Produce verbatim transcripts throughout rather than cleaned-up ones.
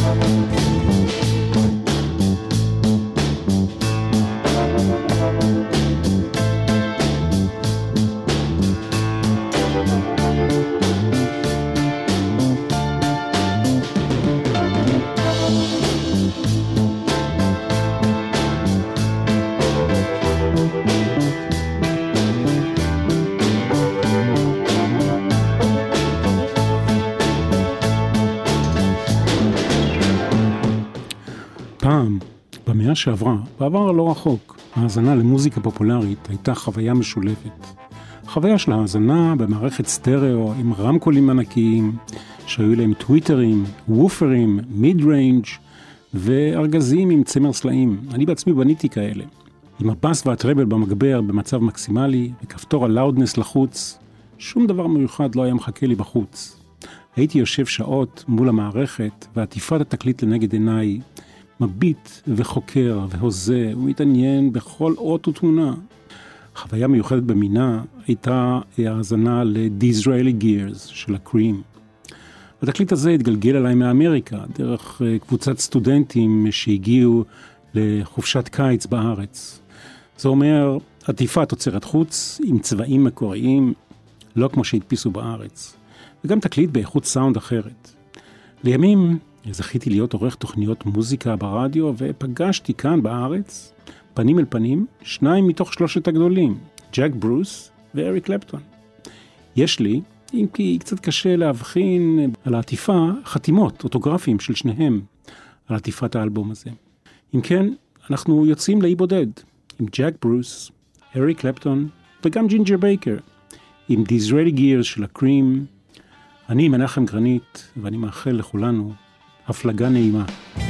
פעם, במאה שעברה, בעבר לא רחוק, ההאזנה למוזיקה פופולרית הייתה חוויה משולבת. חוויה של ההאזנה במערכת סטריאו עם רמקולים ענקיים, שהיו להם טוויטרים, וופרים, מיד ריינג' וארגזים עם צמר סלעים. אני בעצמי בניתי כאלה. עם הבאס והטראבל במגבר במצב מקסימלי, וכפתור הלאודנס לחוץ, שום דבר מיוחד לא היה מחכה לי בחוץ. הייתי יושב שעות מול המערכת, ועטיפת התקליט לנגד עיניי, מביט וחוקר והוזה ומתעניין בכל אות ותמונה. חוויה מיוחדת במינה הייתה ההאזנה ל-Disraeli Gears של הקרים. התקליט הזה התגלגל עליי מאמריקה, דרך קבוצת סטודנטים שהגיעו לחופשת קיץ בארץ. זה אומר, עטיפת תוצרת חוץ עם צבעים מקוריים, לא כמו שהדפיסו בארץ. וגם תקליט באיכות סאונד אחרת. לימים זכיתי להיות עורך תוכניות מוזיקה ברדיו, ופגשתי כאן בארץ, פנים אל פנים, שניים מתוך שלושת הגדולים, ג'ק ברוס ואריק קלפטון. יש לי, אם כי קצת קשה להבחין על העטיפה, חתימות, אוטוגרפים של שניהם, על עטיפת האלבום הזה. אם כן, אנחנו יוצאים לאי בודד, עם ג'ק ברוס, אריק קלפטון, וגם ג'ינג'ר בייקר, עם Disraeli Gears של הקרים. אני מנחם גרנית, ואני מאחל לכולנו הפלגה נעימה.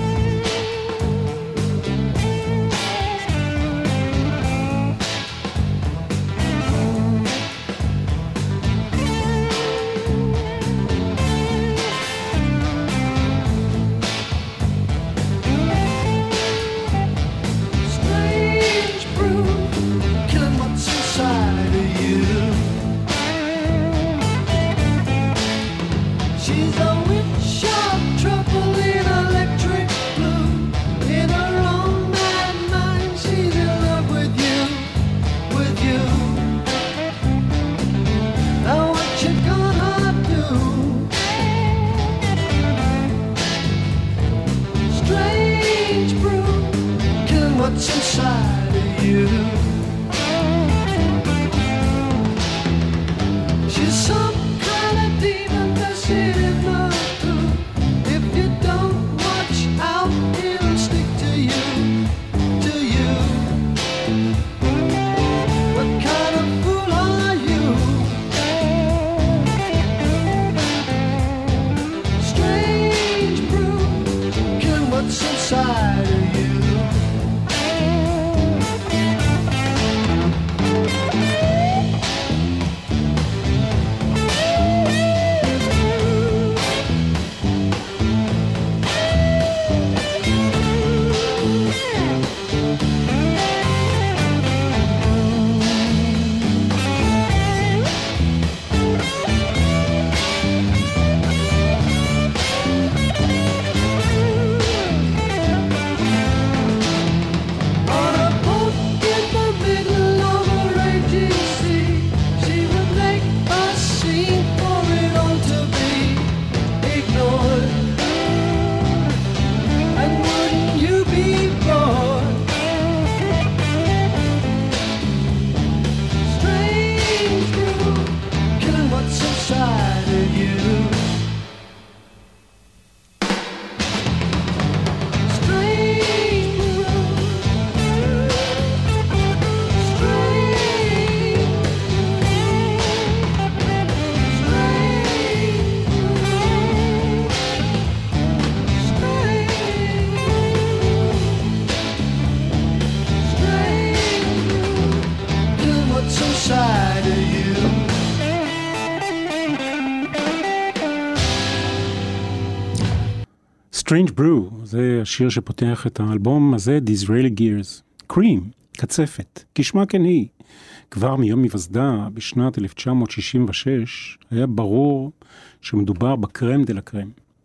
Strange Brew, זה השיר שפותח את האלבום הזה, Disraeli Gears. קרים, קצפת, כשמה כן היא. כבר מיום מבזדה, בשנת אלף תשע מאות שישים ושש, היה ברור שמדובר בקרם דה לקרם.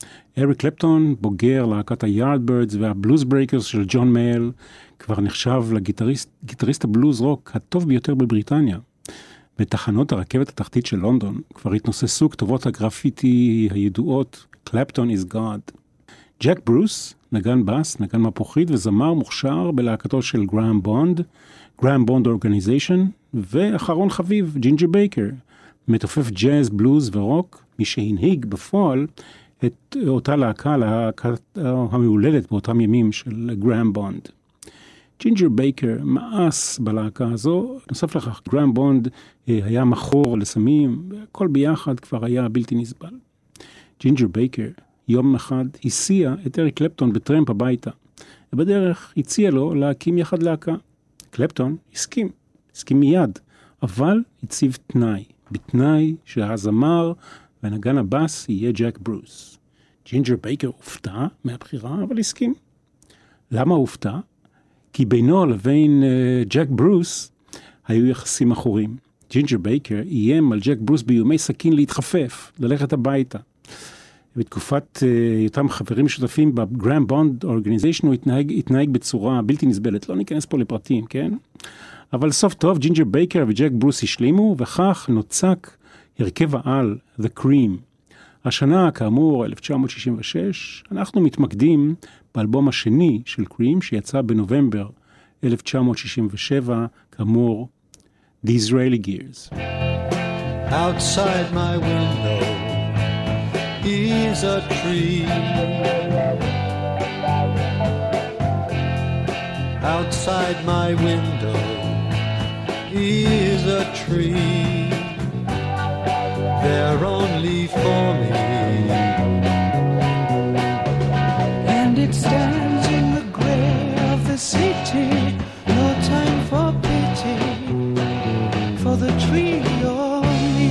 אריק קלפטון, בוגר להקת היארדברדס והבלוז ברייקרס של ג'ון מייל, כבר נחשב לגיטריסט הבלוז רוק הטוב ביותר בבריטניה. בתחנות הרכבת התחתית של לונדון כבר התנוססו כתובות הגרפיטי הידועות קלפטון is God. ג'ק ברוס, נגן בס, נגן מפוחית וזמר מוכשר בלהקתו של גראם בונד, גראם בונד אורגניזיישן, ואחרון חביב, ג'ינג'ר בייקר, מתופף ג'אז, בלוז ורוק, מי שהנהיג בפועל את אותה להקה, להקה המעולדת באותם ימים של גראם בונד. ג'ינג'ר בייקר מאס בלהקה הזו, נוסף לכך גראם בונד היה מכור לסמים, והכל ביחד כבר היה בלתי נסבל. ג'ינג'ר בייקר יום אחד הסיע את אריק קלפטון בטרמפ הביתה, ובדרך הציע לו להקים יחד להקה. קלפטון הסכים, הסכים מיד, אבל הציב תנאי, בתנאי שהזמר ונגן הבאס יהיה ג'ק ברוס. ג'ינג'ר בייקר הופתע מהבחירה, אבל הסכים. למה הופתע? כי בינו לבין uh, ג'ק ברוס היו יחסים אחורים. ג'ינג'ר בייקר איים על ג'ק ברוס באיומי סכין להתחפף, ללכת הביתה. בתקופת אותם חברים שותפים בגראם בונד אורגניזיישן הוא התנהג, התנהג בצורה בלתי נסבלת. לא ניכנס פה לפרטים, כן? אבל סוף טוב, ג'ינג'ר בייקר וג'ק ברוס השלימו, וכך נוצק הרכב העל, The Cream. השנה, כאמור, אלף תשע מאות שישים ושש, אנחנו מתמקדים באלבום השני של Cream, שיצא בנובמבר אלף תשע מאות שישים ושבע, כאמור, The Israeli Gears. Outside my window is a tree. Outside my window is a tree. They're only for me. And it stands in the gray of the city. No time for pity for the tree or me.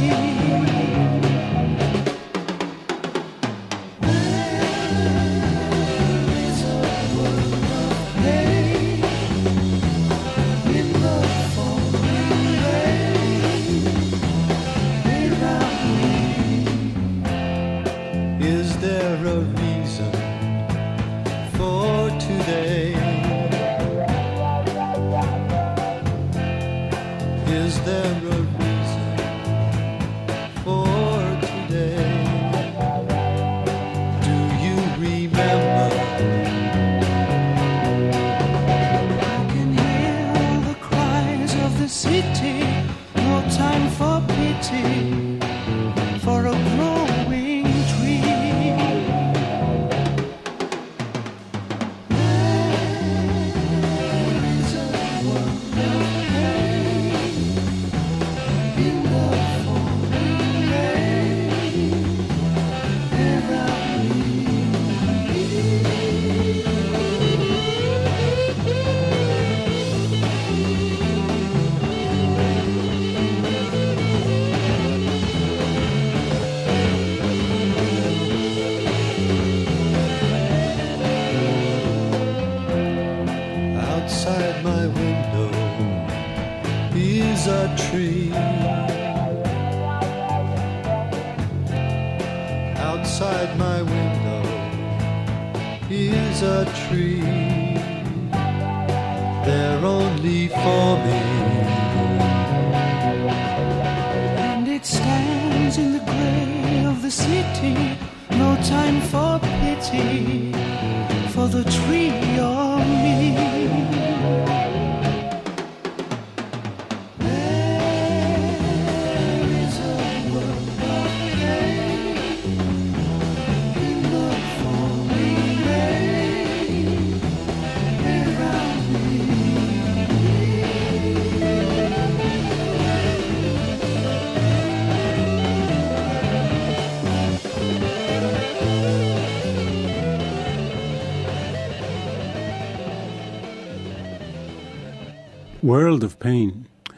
World of Pain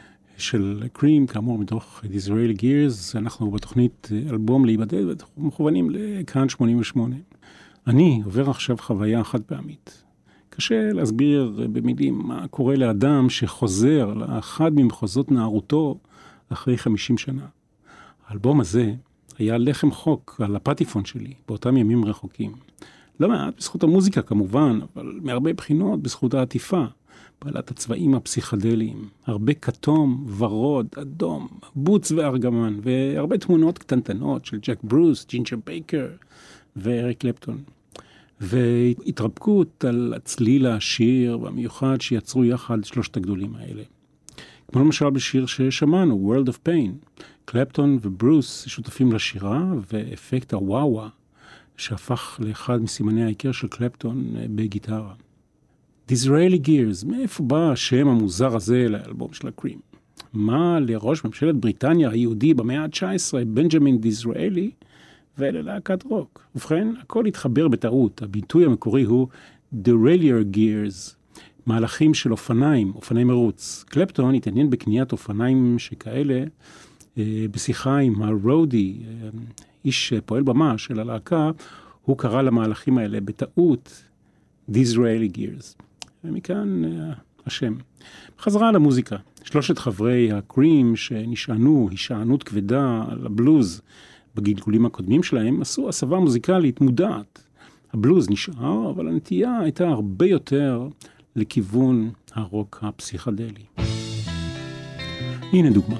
של Cream, כאמור מתוך The Israeli Gears. אנחנו בתוכנית אלבום להיבדד, ואנחנו מכוונים לכאן שמונים ושמונה. אני עובר עכשיו חוויה חד פעמית. קשה להסביר במילים מה קורה לאדם שחוזר לאחד ממחוזות נערותו אחרי חמישים שנה. האלבום הזה היה לחם חוק על הפטיפון שלי באותם ימים רחוקים. לא מעט בזכות המוזיקה כמובן, אבל מהרבה בחינות בזכות העטיפה, בעלת הצבעים הפסיכדליים, הרבה כתום, ורוד, אדום, בוץ וארגמן, והרבה תמונות קטנטנות של ג'ק ברוס, ג'ינג'ר בייקר ואריק קלפטון. והתרפקות על הצליל העשיר והמיוחד שיצרו יחד שלושת הגדולים האלה. כמו למשל בשיר ששמענו, World of Pain, קלפטון וברוס שותפים לשירה, ואפקט הוואווה שהפך לאחד מסימני העיקר של קלפטון בגיטרה. Disraeli Gears, מאיפה בא השם המוזר הזה לאלבום של הקרים? מה לראש ממשלת בריטניה היהודי במאה ה-תשע עשרה, בנג'מין דיזראלי, וללהקת רוק? ובכן, הכל התחבר בטעות. הביטוי המקורי הוא Derailleur Gears, מהלכים של אופניים, אופני מרוץ. קלפטון התעניין בקניית אופניים שכאלה אה, בשיחה עם הרודי, אה, איש פועל במה של הלהקה, הוא קרא למהלכים האלה בטעות Disraeli Gears. ומכאן אה, השם. בחזרה על המוזיקה. שלושת חברי הקרים שנשענו, הישענות כבדה על הבלוז בגלגולים הקודמים שלהם, עשו הסבה מוזיקלית מודעת. הבלוז נשאר, אבל הנטייה הייתה הרבה יותר לכיוון הרוק הפסיכדלי. הנה דוגמה.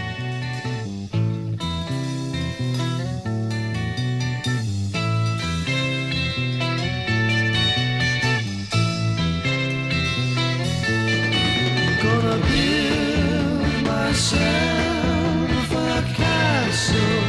Gonna build myself a castle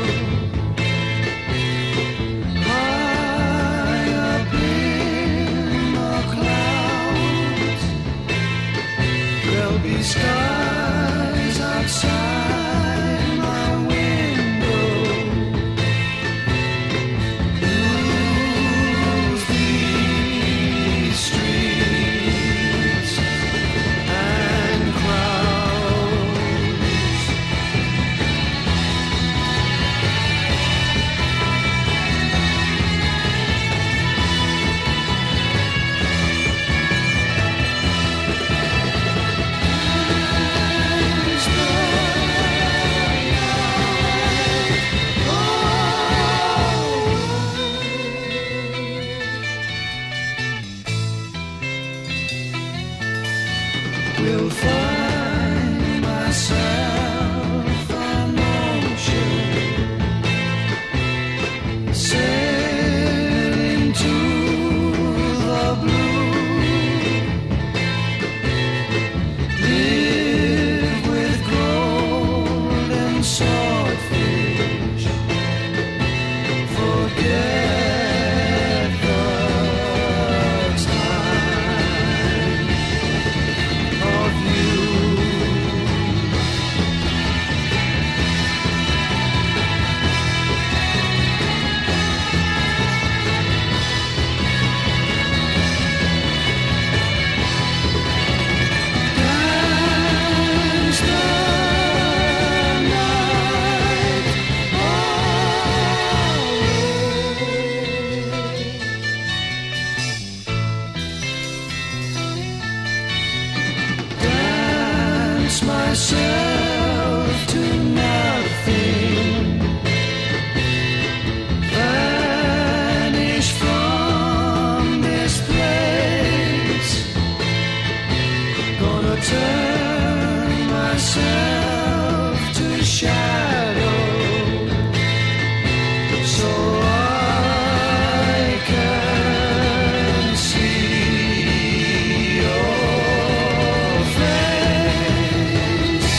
high up in the clouds. There'll be skies outside my window. Lose these streets and crowds. Will find myself an ocean, sailing to the blue, live with gold and swordfish, forget the time of you. Dance the night away. Dance myself to nothing. Vanish from this place. Gonna turn myself to shadow so I can see your face.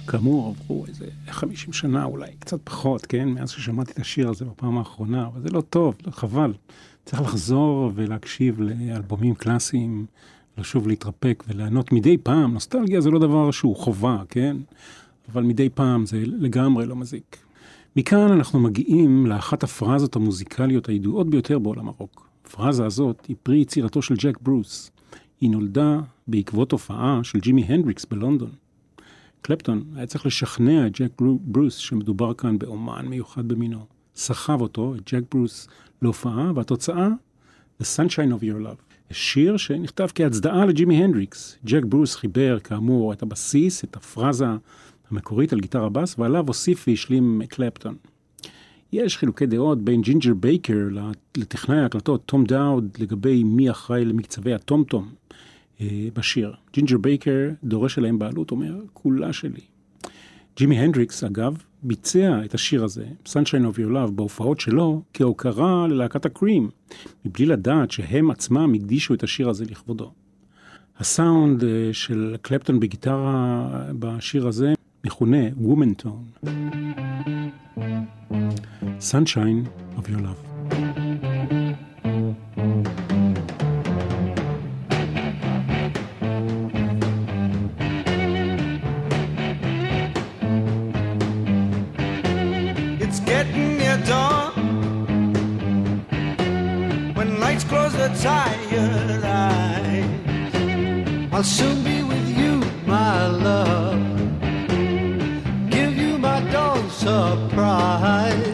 כאמור, עברו איזה חמישים שנה, אולי קצת פחות, כן? מאז ששמעתי את השיר הזה בפעם האחרונה, אבל זה לא טוב, לא חבל. צריך לחזור ולהקשיב לאלבומים קלאסיים, לשוב להתרפק ולענות מדי פעם. נוסטלגיה זה לא דבר שהוא חובה, כן? אבל מדי פעם זה לגמרי לא מזיק. מכאן אנחנו מגיעים לאחת הפרזות המוזיקליות הידועות ביותר בעולם הרוק. הפרזה הזאת היא פרי יצירתו של ג'ק ברוס. היא נולדה בעקבות הופעה של ג'ימי הנדריקס בלונדון. קלפטון היה צריך לשכנע את ג'ק ברוס שמדובר כאן באומן מיוחד במינו. סחב אותו, את ג'ק ברוס, להופעה, והתוצאה, The Sunshine of Your Love. שיר שנכתב כהצדעה לג'ימי הנדריקס. ג'ק ברוס חיבר כאמור את הבסיס, את הפרזה המקורית על גיטרה בס, ועליו הוסיף והשלים קלפטון. יש חילוקי דעות בין ג'ינג'ר בייקר לטכנאי ההקלטות תום דאוד לגבי מי אחראי למקצבי הטום-טום אה, בשיר. ג'ינג'ר בייקר דורש עליהם בעלות, אומר, כולה שלי. ג'ימי הנדריקס, אגב, ביצע את השיר הזה, Sunshine of Your Love, בהופעות שלו, כהוקרה ללהקת הקרים, מבלי לדעת שהם עצמם הקדישו את השיר הזה לכבודו. הסאונד אה, של קלפטון בגיטרה בשיר הזה מכונה Woman Tone. Sunshine of Your Love. It's getting near dawn when lights close the tired eyes. I'll soon be with you, my love. Give you my dawn surprise.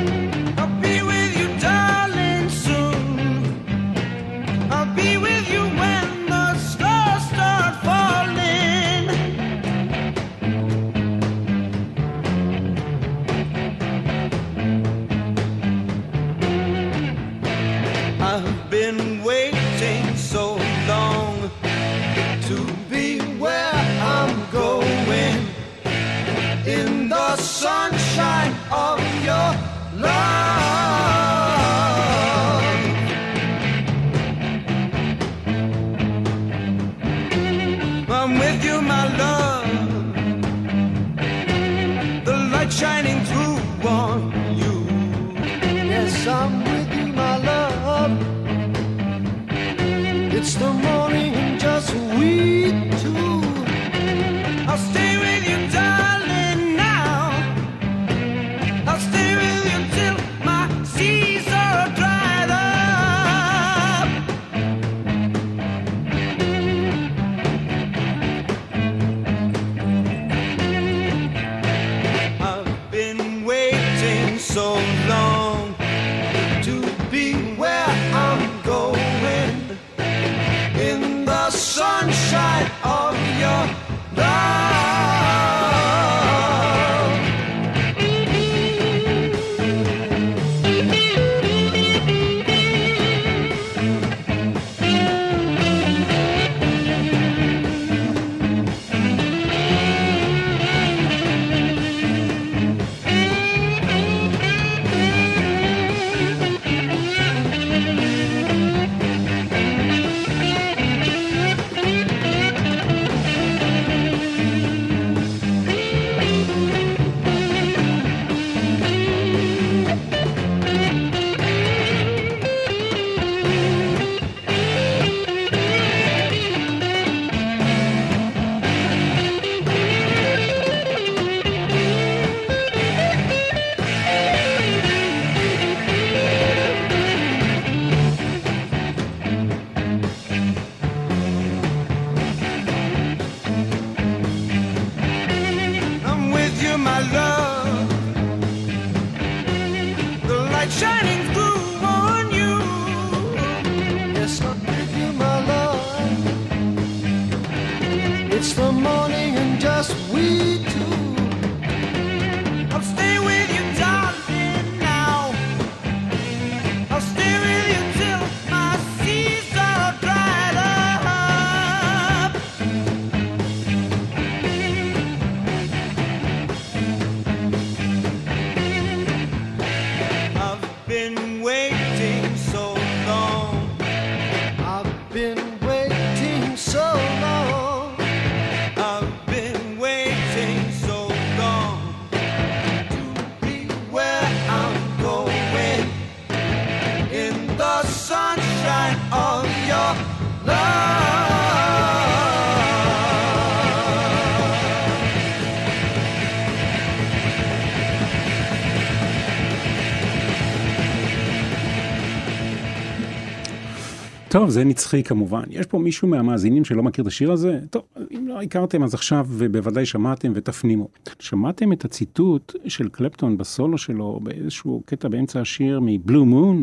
Sunshine of your love. I'm with you, my love. The light shining through on you. Yes, I'm with you, my love. It's the morning and just we two. I'll stay with you, darling. טוב, זה נצחי כמובן. יש פה מישהו מהמאזינים שלא מכיר את השיר הזה? טוב, אם לא הכרתם אז עכשיו בוודאי שמעתם ותפנימו. שמעתם את הציטוט של קלפטון בסולו שלו באיזשהו קטע באמצע השיר מבלו מון?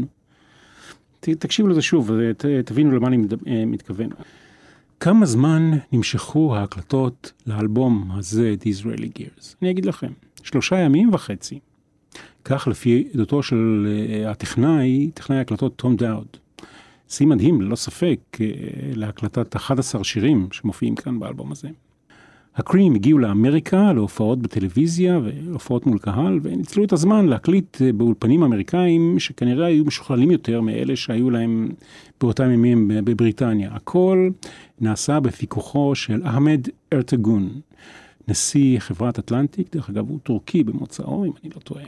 תקשיבו לזה שוב ותבינו למה אני מתכוון. כמה זמן נמשכו ההקלטות לאלבום הזה, The Israeli Gears? אני אגיד לכם, שלושה ימים וחצי. כך לפי עדותו של הטכנאי, טכנאי ההקלטות תום דאוד. שיא מדהים, ללא ספק, להקלטת אחד עשר שירים שמופיעים כאן באלבום הזה. הקרים הגיעו לאמריקה, להופעות בטלוויזיה ולהופעות מול קהל, וניצלו את הזמן להקליט באולפנים אמריקאים, שכנראה היו משוכללים יותר מאלה שהיו להם באותם ימים בבריטניה. הכל נעשה בפיקוחו של אחמד ארטגון, נשיא חברת אטלנטיק, דרך אגב הוא טורקי במוצאו, אם אני לא טועה.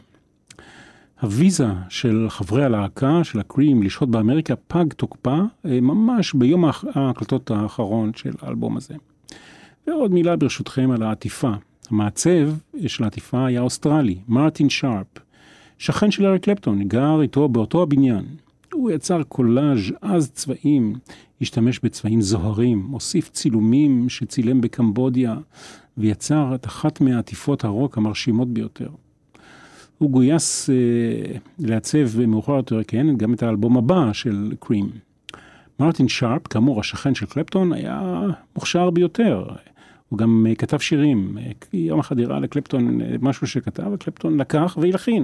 הוויזה של חברי הלהקה, של הקרים, לשהות באמריקה, פג תוקפה ממש ביום ההקלטות האחרון של האלבום הזה. ועוד מילה ברשותכם על העטיפה. המעצב של העטיפה היה אוסטרלי, מרטין שרפ. שכן של אריק קלפטון, גר איתו באותו הבניין. הוא יצר קולאז' עז צבעים, השתמש בצבעים זוהרים, הוסיף צילומים שצילם בקמבודיה, ויצר את אחת מהעטיפות הרוק המרשימות ביותר. הוא גויס אה, לעצב מאוחר יותר, כן, גם את האלבום הבא של קרים. מרטין שרפ, כאמור השכן של קלפטון, היה מוכשר ביותר. הוא גם uh, כתב שירים. Uh, יום אחד הראה לקלפטון uh, משהו שכתב, וקלפטון לקח והלחין.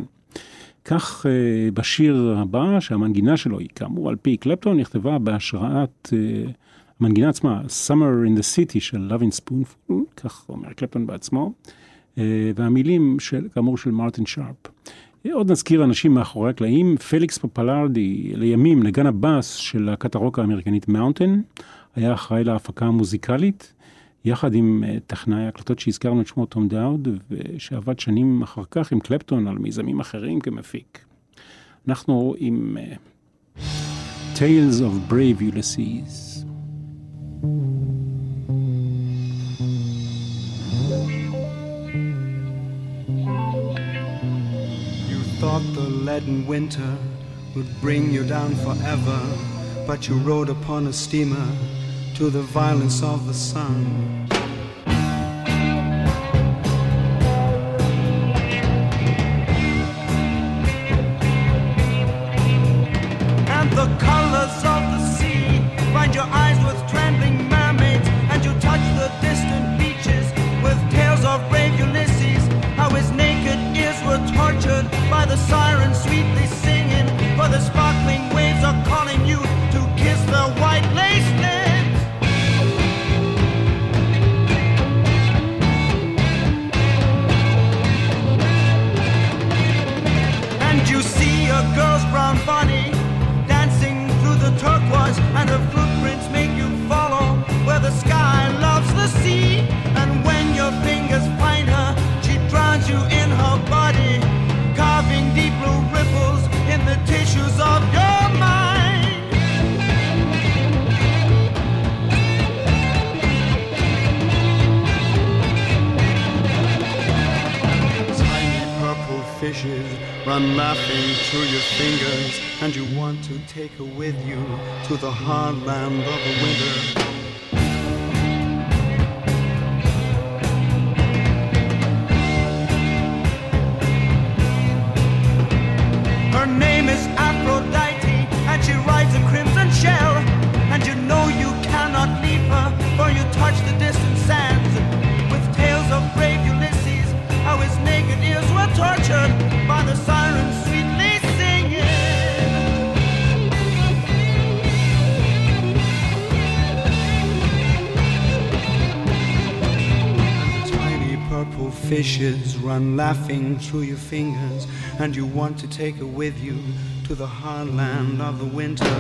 כך uh, בשיר הבא, שהמנגינה שלו היא כאמור על פי קלפטון, נכתבה בהשראת uh, המנגינה עצמה, Summer in the City של Lovin' Spoonful, כך אומר קלפטון בעצמו, uh, והמילים של, כאמור של מרטין שרפ. עוד נזכיר אנשים מאחורי הקלעים, פליקס פופלרדי, לימים נגן הבאס של להקת הרוק האמריקנית מאונטן, היה אחראי להפקה המוזיקלית, יחד עם טכנאי ההקלטות שהזכרנו את שמו תום דאוד, ושעבד שנים אחר כך עם קלפטון על מיזמים אחרים כמפיק. אנחנו עם uh, Tales of Brave Ulysses. Thought the leaden winter would bring you down forever, but you rode upon a steamer to the violence of the sun. And the colors of the sea find your eyes with trembling mermaids, and you touch the distant beaches with tales of brave Ulysses, how his naked ears were tortured by the sirens sweetly singing, for the sparkling waves are calling you to kiss their white lace lips. And you see a girl's brown body dancing through the turquoise, and her footprints make you follow where the sky loves the sea. And when your fingers find her, she drowns you in her body, carving deep blue ripples in the tissues of your mind. Tiny purple fishes run laughing through your fingers, and you want to take her with you to the hard land of the winter. Her name is Aphrodite, and she rides a crimson shell, and you know you cannot leave her, for you touch the distant sands with tales of brave Ulysses, how his naked ears were tortured by the sirens sweetly singing. Tiny purple fishes run laughing through your fingers, and you want to take her with you to the hard land of the winter.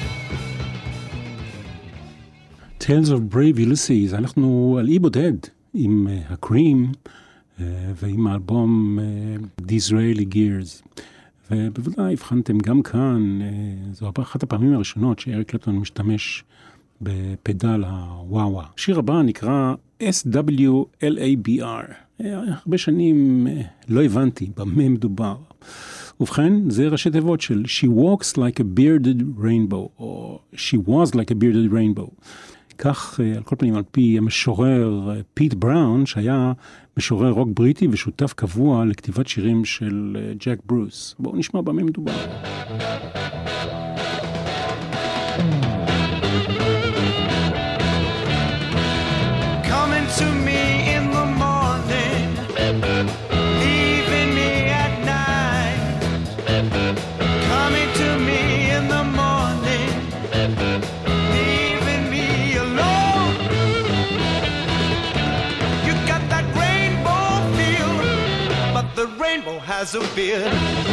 Tales of Brave Ulysses, אנחנו על אי בודד, עם הקרים ועם האלבום Disraeli Gears. ובוודאי הבחנתם גם כאן, זו אחת הפעמים הראשונות שאריק קלפטון משתמש בפדל הוואווה. השיר הבא נקרא אס דאבליו אל איי בי אר. הרבה שנים לא הבנתי במה מדובר. ובכן, זה ראשי תיבות של She walks like a bearded rainbow, או She was like a bearded rainbow. כך, על כל פנים, על פי המשורר פיט בראון, שהיה משורר רוק בריטי ושותף קבוע לכתיבת שירים של ג'ק ברוס. בואו נשמע במה מדובר. Coming to me in the morning, leaving me at night. Coming to me in the morning, leaving me alone. You got that rainbow feel, but the rainbow has a beard.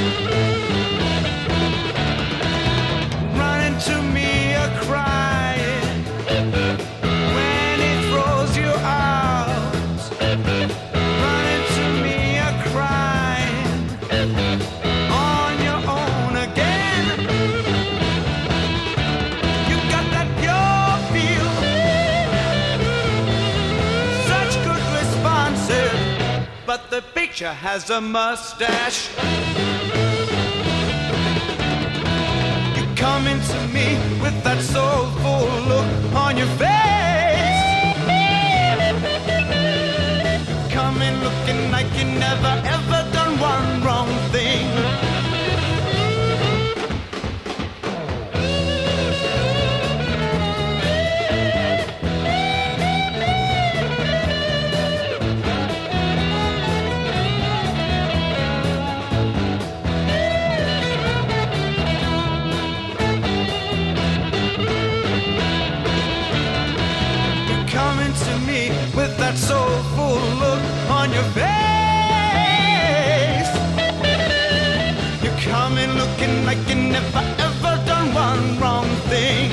Running to me a crying when it throws you out. Running to me a crying on your own again. You got that pure feel, such good responses, but the picture has a mustache. You come into me with that soulful look on your face. You come in looking like you never ever done one wrong thing. With that soulful look on your face, you come in looking like you never ever done one wrong thing.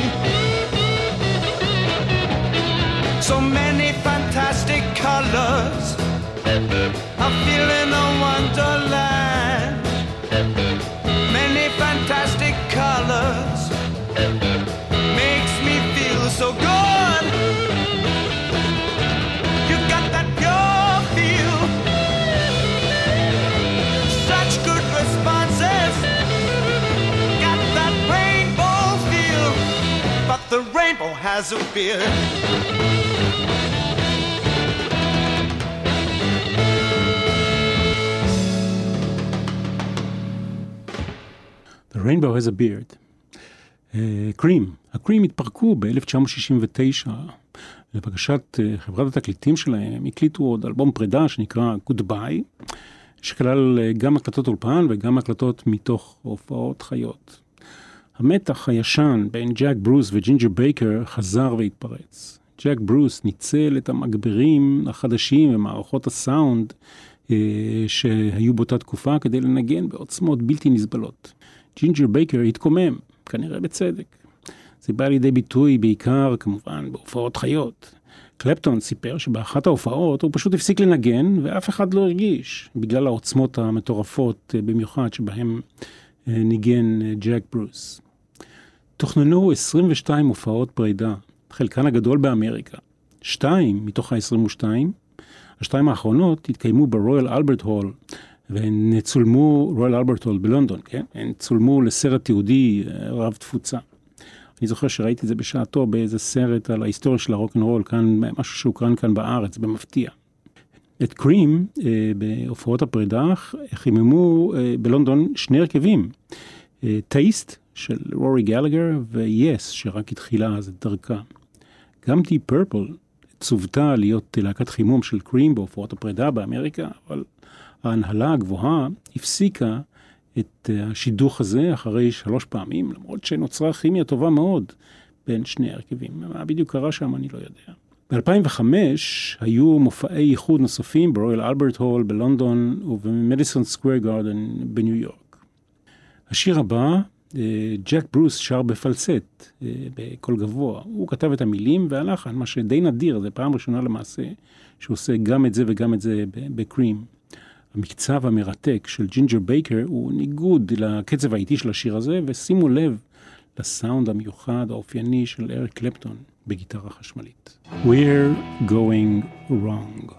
So many fantastic colors, I'm feeling a wonderland. Many fantastic colors makes me feel so good. The rainbow has a beard. The rainbow has a beard. קרים. הקרים התפרקו ב-אלף תשע מאות שישים ותשע. לבקשת uh, חברת התקליטים שלהם, הקליטו עוד אלבום פרידה שנקרא Goodbye, שכלל uh, גם הקלטות אולפן וגם הקלטות מתוך הופעות חיות. המתח הישן בין ג'ק ברוס וג'ינג'ר בייקר חזר והתפרץ. ג'ק ברוס ניצל את המגברים החדשים ומערכות הסאונד אה, שהיו באותה תקופה כדי לנגן בעוצמות בלתי נסבלות. ג'ינג'ר בייקר התקומם, כנראה בצדק. זה בא לידי ביטוי בעיקר כמובן בהופעות חיות. קלפטון סיפר שבאחת ההופעות הוא פשוט הפסיק לנגן ואף אחד לא הרגיש, בגלל העוצמות המטורפות במיוחד שבהם אה, ניגן אה, ג'ק ברוס. תוכננו עשרים ושתיים הופעות פרידה, חלקן הגדול באמריקה. שתיים מתוך ה-עשרים ושתיים, השתיים האחרונות התקיימו ברויאל אלברט הול, והן צולמו, רויאל אלברט הול בלונדון, כן? הן צולמו לסרט תיעודי רב תפוצה. אני זוכר שראיתי את זה בשעתו באיזה סרט על ההיסטוריה של הרוק-אנד-רול, כאן, משהו שהוקרן כאן בארץ, במפתיע. את קרים, בהופעות הפרידה, חיממו בלונדון שני הרכבים. טייסט, של רורי גלגר, ו-Yes, שרק התחילה אז את דרכה. גם די פרפל צוותה להיות להקת חימום של קרים בהופעות הפרידה באמריקה, אבל ההנהלה הגבוהה הפסיקה את השידוך הזה אחרי שלוש פעמים, למרות שנוצרה כימיה טובה מאוד בין שני הרכבים. מה בדיוק קרה שם אני לא יודע. ב-אלפיים וחמש היו מופעי ייחוד נוספים ברויאל אלברט הול בלונדון ובמדיסון סקוואר גארדן בניו יורק. השיר הבא, ג'ק ברוס שר בפלסט, בקול גבוה. הוא כתב את המילים והלחן, מה שדי נדיר, זה פעם ראשונה למעשה, שעושה גם את זה וגם את זה בקרים. המקצב המרתק של ג'ינג'ר בייקר הוא ניגוד לקצב האיטי של השיר הזה, ושימו לב לסאונד המיוחד האופייני של אריק קלפטון בגיטרה חשמלית. We're going wrong.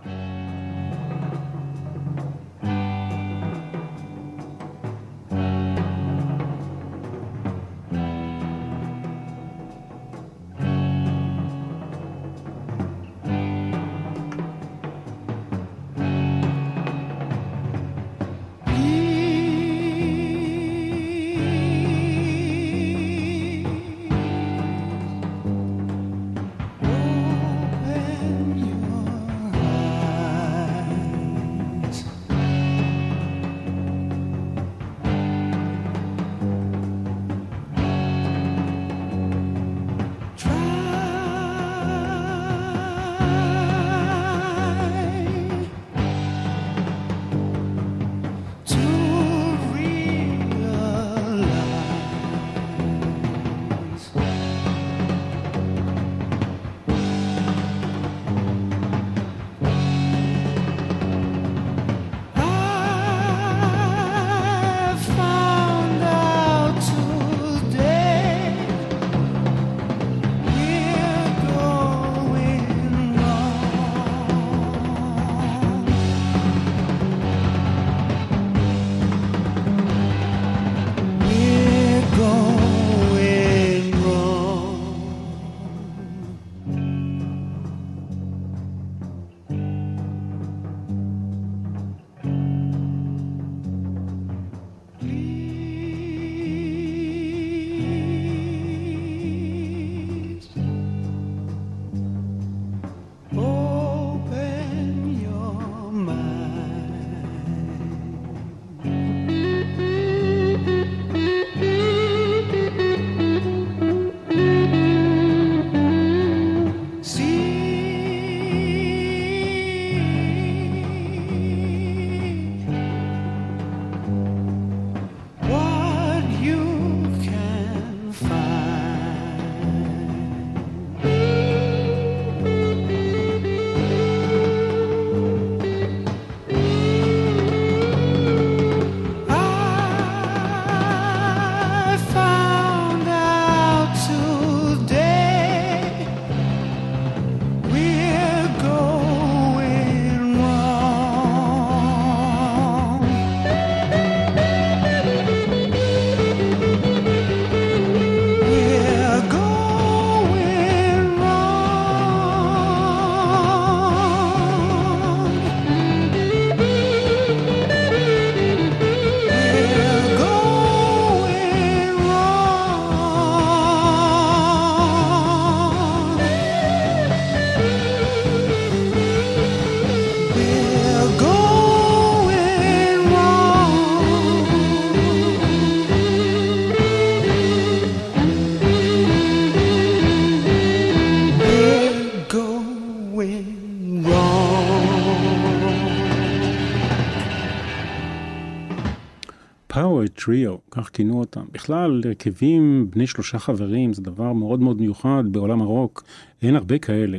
טריו, כך כינו אותם. בכלל, הרכבים בני שלושה חברים, זה דבר מאוד מאוד מיוחד בעולם הרוק. אין הרבה כאלה.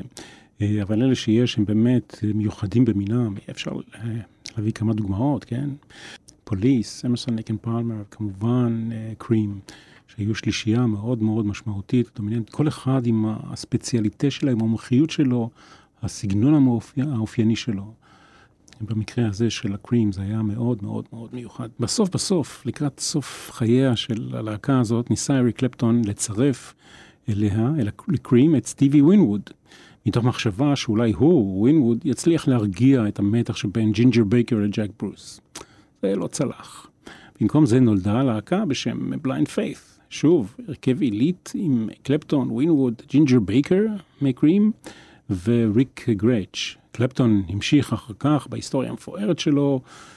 אבל אלה שיש הם באמת מיוחדים במינם. אפשר להביא כמה דוגמאות, כן? פוליס, אמרסון, לייק אנד פלמר, כמובן קרים, שהיו שלישייה מאוד מאוד משמעותית, דומיננט. כל אחד עם הספציאליטה שלה, עם המומחיות שלו, הסגנון האופייני שלו. במקרה הזה של הקרים זה היה מאוד מאוד מאוד מיוחד. בסוף בסוף, לקראת סוף חייה של הלהקה הזאת, ניסה אריק קלפטון לצרף אליה, אל הקרים, את סטיבי ווינווד, מתוך מחשבה שאולי הוא, ווינווד, יצליח להרגיע את המתח שבין ג'ינג'ר בייקר לג'ק ברוס. זה לא צלח. במקום זה נולדה להקה בשם בליינד פיית'. שוב, הרכב עילית עם קלפטון, ווינווד, ג'ינג'ר בייקר מקרים, וריק גרץ'. קלפטון המשיך אחר כך בהיסטוריה המפוארת שלו,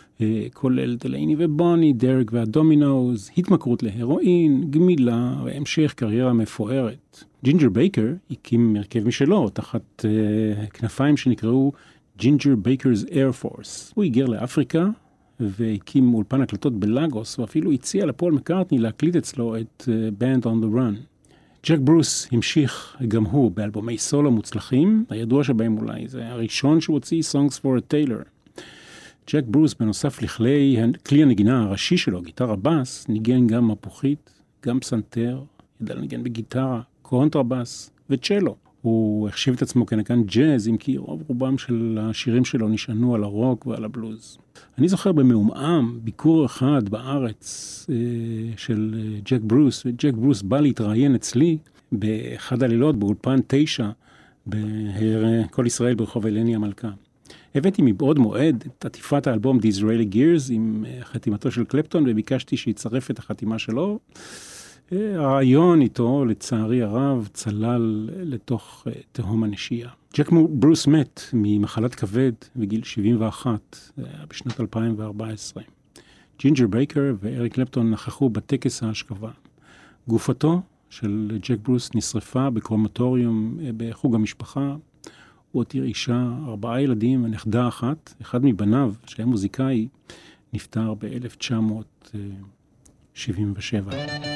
כולל דלייני ובוני, דרק והדומינוז, התמכרות להירואין, גמילה והמשך קריירה מפוארת. ג'ינג'ר בייקר הקים מרכב משלו תחת uh, כנפיים שנקראו ג'ינג'ר בייקר's Air Force. הוא היגר לאפריקה והקים אולפן הקלטות בלאגוס, ואפילו הציע לפול מקארטני להקליט אצלו את uh, Band on the Run. ג'ק ברוס המשיך גם הוא באלבומי סולו מוצלחים, הידוע שבהם אולי זה הראשון שהוא הוציא, Songs for a Tailor. ג'ק ברוס בנוסף לכלי כלי הנגינה הראשי שלו, גיטרה בס, ניגן גם מפוחית, גם פסנתר, ידע לניגן בגיטרה, קונטרבס וצ'לו. הוא החשיב את עצמו כנגן ג'אז, אם כי רוב רובם של השירים שלו נשענו על הרוק ועל הבלוז. אני זוכר במעומעם ביקור אחד בארץ אה, של ג'ק ברוס, וג'ק ברוס בא להתראיין אצלי באחד הלילות באולפן תשע, בכל ישראל ברחוב אלני המלכה. הבאתי מבעוד מועד את עטיפת האלבום The Israeli Gears עם חתימתו של קלפטון, וביקשתי שיצרף את החתימה שלו. הרעיון איתו, לצערי הרב, צלל לתוך תהום הנשייה. ג'ק ברוס מת ממחלת כבד בגיל שבעים ואחת, בשנת אלפיים וארבע עשרה. ג'ינג'ר בייקר ואריק קלפטון נכחו בטקס ההשכבה. גופתו של ג'ק ברוס נשרפה בקרומטוריום בחוג המשפחה. הוא הותיר אישה, ארבעה ילדים ונכדה אחת. אחד מבניו, שהיה מוזיקאי, נפטר ב-אלף תשע מאות שבעים ושבע.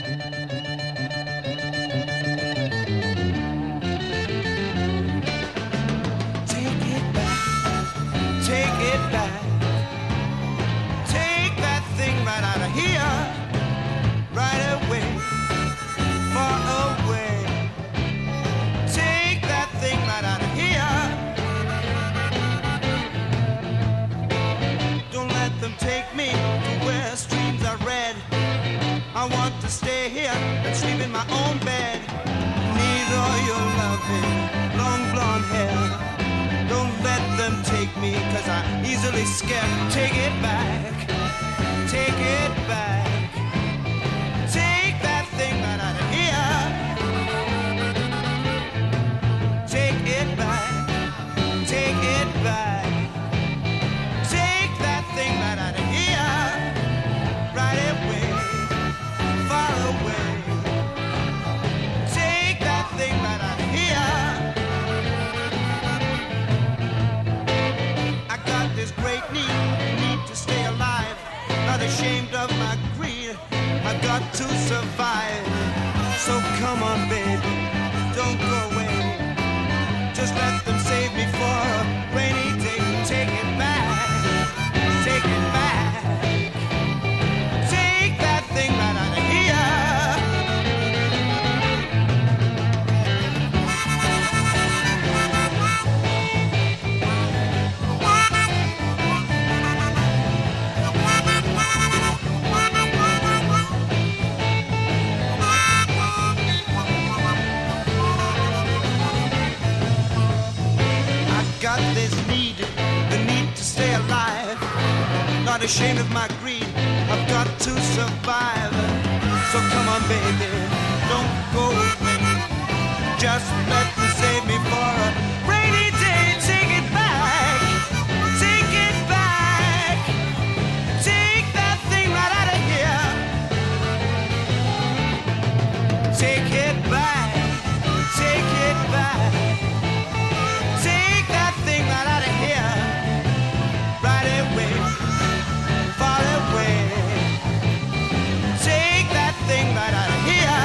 Stay here and sleep in my own bed. Need all your loving, long blonde hair. Don't let them take me, cause I'm easily scared. Take it back, take it back. Take that thing right out of here. Take it back, take it back. Take that thing right out of here. Right away. Ashamed of my greed, I've got to survive. So come on, baby, don't go away. Just let them save me for a rainy day. Take it back, take it back. Take that thing right out of here. Not ashamed of my greed, I've got to survive. So come on, baby, don't go away. Just let me save me for a rainy day. Take it back, take it back. Take that thing right out of here. Take it back, take it back. Take that thing right out of here. Right away. Right out of here.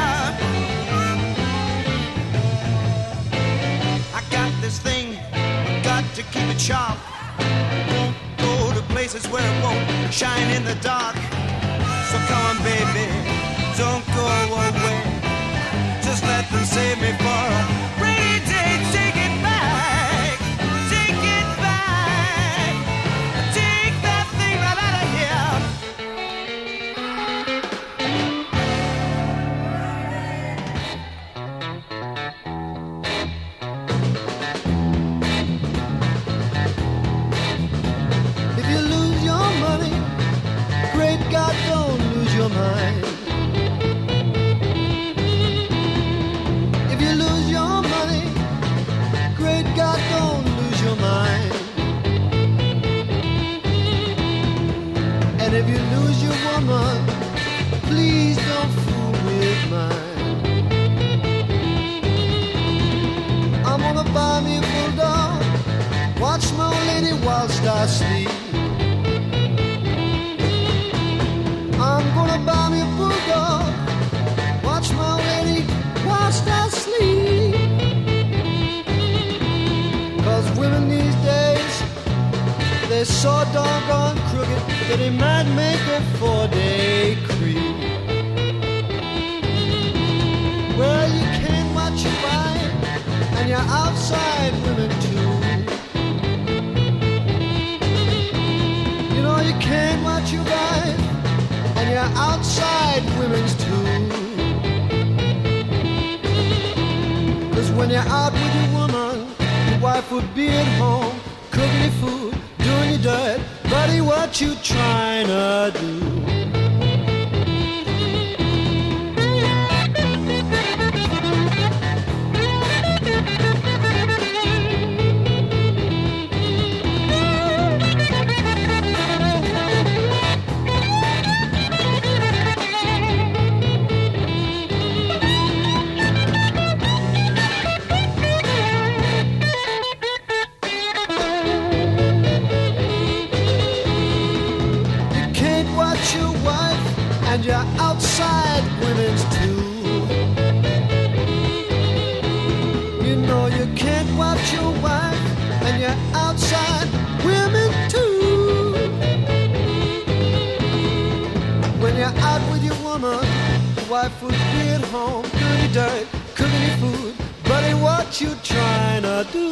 I got this thing, got to keep it sharp. Won't go to places where it won't shine in the dark. So come on, baby, don't go away. Just let them save me for a rainy day. Take it back, take it back. Take that thing right out of here. God, don't lose your mind. If you lose your money, great God, don't lose your mind. And if you lose your woman, please don't fool with mine. I'm gonna buy me a bulldog, watch my old lady whilst I sleep. I'm gonna buy me a bulldog, watch my lady whilst I is so doggone crooked that he might make a four-day creep. Well, you can't watch your wife, and you're outside women too. You know you can't watch your wife, and you're outside women's too. Cause when you're out with your woman, your wife would be at home, cooking your food, doing your dirt, buddy, what you trying to do? And you're outside women's too. You know you can't watch your wife, and you're outside women too. When you're out with your woman, your wife would be at home, doing your dirt, cooking your food, buddy, what you trying to do?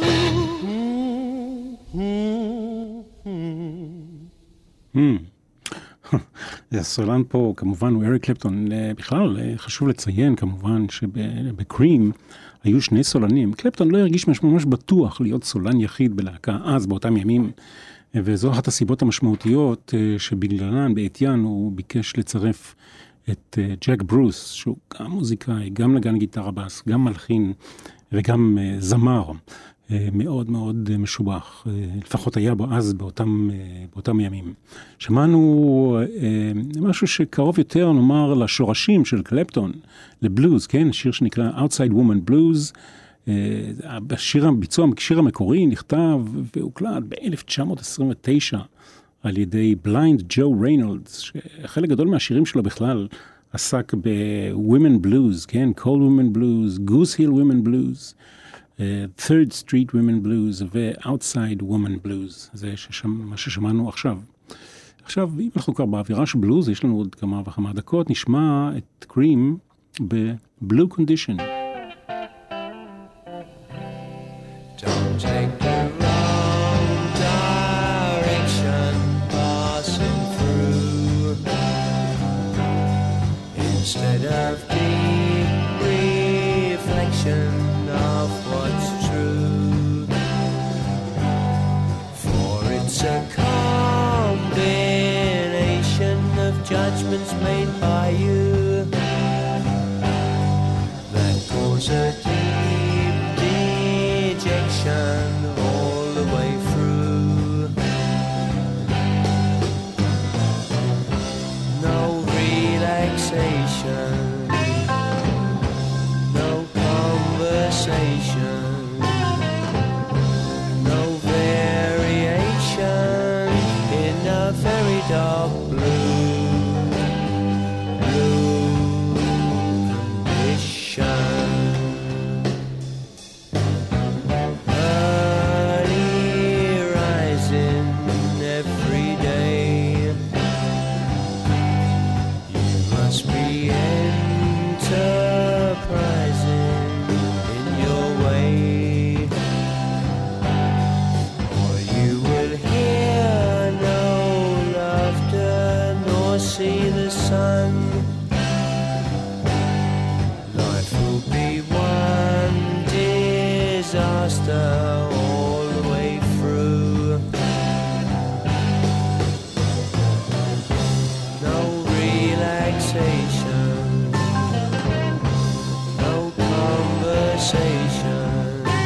Hmm. הסולן פה כמובן הוא אריק קלפטון. בכלל חשוב לציין כמובן שבקרים היו שני סולנים. קלפטון לא הרגיש ממש בטוח להיות סולן יחיד בלהקה אז באותם ימים, וזו אחת הסיבות המשמעותיות שבגללן בעתיין הוא ביקש לצרף את ג'ק ברוס, שהוא גם מוזיקאי, גם נגן גיטרה בס, גם מלחין וגם זמר מאוד מאוד משובח, לפחות היה בו אז באותם, באותם ימים. שמענו משהו שקרוב יותר נאמר לשורשים של קלפטון, לבלוז, כן? שיר שנקרא Outside Woman Blues. השיר, הביצוע, השיר המקורי נכתב והוקלט ב-אלף תשע מאות עשרים ותשע על ידי בליינד ג'ו ריינולדס, שחלק גדול מהשירים שלו בכלל עסק ב-Women Blues, כן? Cold Women Blues, Goose Hill Women Blues, Uh, Third Street Women Blues ו-Outside Woman Blues. זה ששמע, מה ששמענו עכשיו. עכשיו, אם אנחנו כבר באווירה של בלוז, יש לנו עוד כמה וכמה דקות, נשמע את קרים ב-Blue Condition. Don't take the wrong direction passing through. Instead of deep reflection of what's true, for it's a combination of judgments made by you that cause a deep dejection all the way through. No relaxation, no variation in a very dark blue, blue condition. Early rising every day, you must be enterprising see the sun. Life will be one disaster all the way through. No relaxation, no conversation,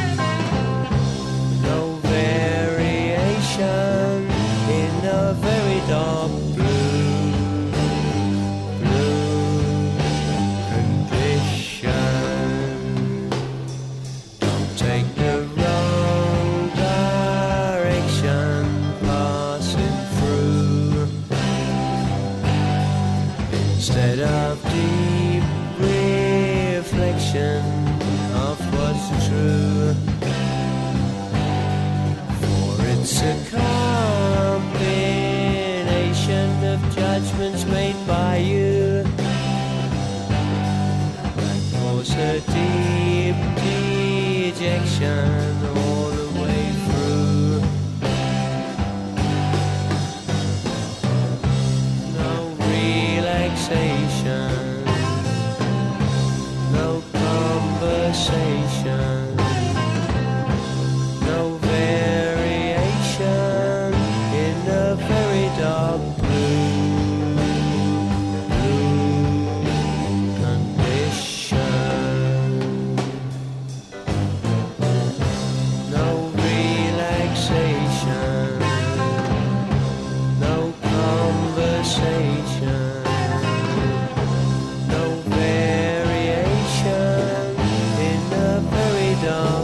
no variation in a very dark instead of deep reflection of what's true, for it's a calm of judgments made by you that cause a deep dejection all the way through. No relaxation, no conversation, no variation in the very dark blue, blue condition. No relaxation, no conversation, no variation in the very dark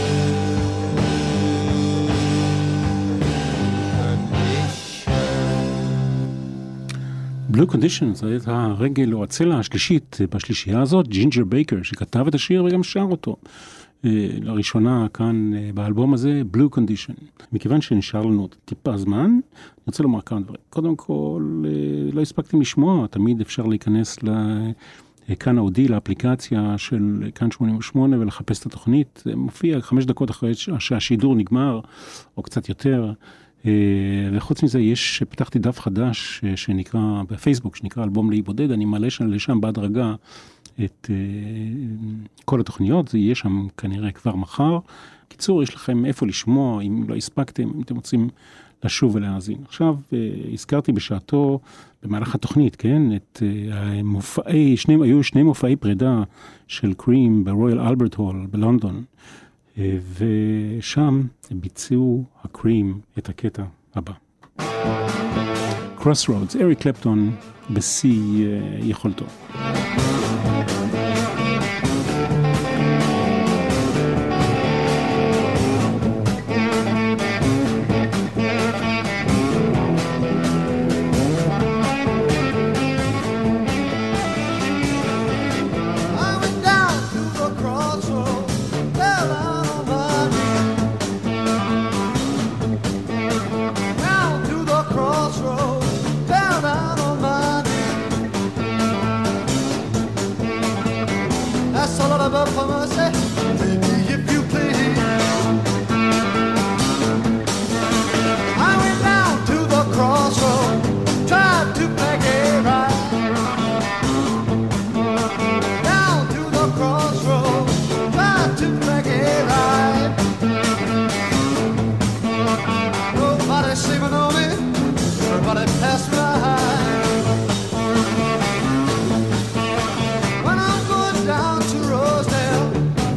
בלו קונדישן, זו הייתה הרגל או הצלע השלישית בשלישייה הזאת, ג'ינג'ר בייקר, שכתב את השיר וגם שר אותו. לראשונה כאן באלבום הזה, בלו קונדישן. מכיוון שנשאר לנו טיפה זמן, אני רוצה לומר כמה דברים. קודם כל, לא הספקתם לשמוע, תמיד אפשר להיכנס לכאן אודי, לאפליקציה של כאן שמונים ושמונה, ולחפש את התוכנית. זה מופיע חמש דקות אחרי שהשידור נגמר, או קצת יותר. וחוץ מזה יש, פתחתי דף חדש שנקרא, בפייסבוק, שנקרא אלבום לאי בודד, אני מעלה לשם בהדרגה את כל התוכניות, זה יהיה שם כנראה כבר מחר. קיצור, יש לכם איפה לשמוע, אם לא הספקתם, אם אתם רוצים לשוב ולהאזין. עכשיו, הזכרתי בשעתו, במהלך התוכנית, כן, את המופעי, שני, היו שני מופעי פרידה של קרים ברויאל אלברט הול בלונדון, ושם ביצעו הקרים את הקטע הבא. Crossroads, אריק קלפטון בשיא יכולתו. When I'm going down to Rosedale,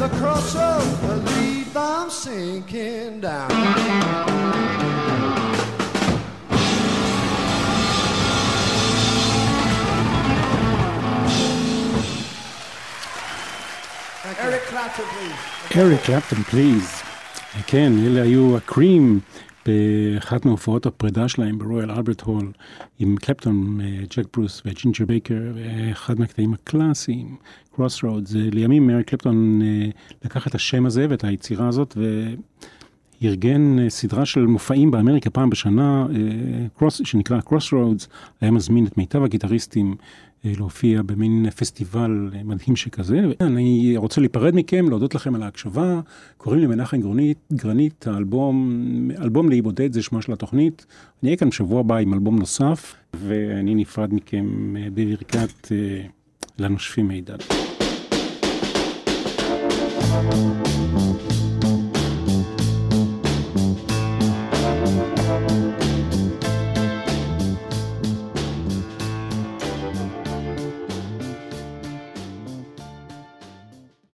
a crossroad, believe I'm sinking down. Eric Clapton, please. אריק קלפטון, פליז. כן, אלה היו הקרים באחת מהופעות הפרידה שלהם ברויאל אלברט הול, עם קלפטון, ג'ק ברוס וג'ינג'ר בייקר, אחד מהקטעים הקלאסיים, קרוסרודס. לימים אריק קלפטון לקח את השם הזה ואת היצירה הזאת, וארגן סדרה של מופעים באמריקה פעם בשנה, שנקרא קרוסרודס, היה מזמין את מיטב הגיטריסטים להופיע במין פסטיבל מדהים שכזה. אני רוצה להיפרד מכם, להודות לכם על ההקשבה. קוראים לי מנחם גרנית, גרנית, האלבום, אלבום להיבודד, זה שמה של התוכנית. אני אהיה כאן שבוע הבא עם אלבום נוסף, ואני נפרד מכם בברכת לנושפים מידע.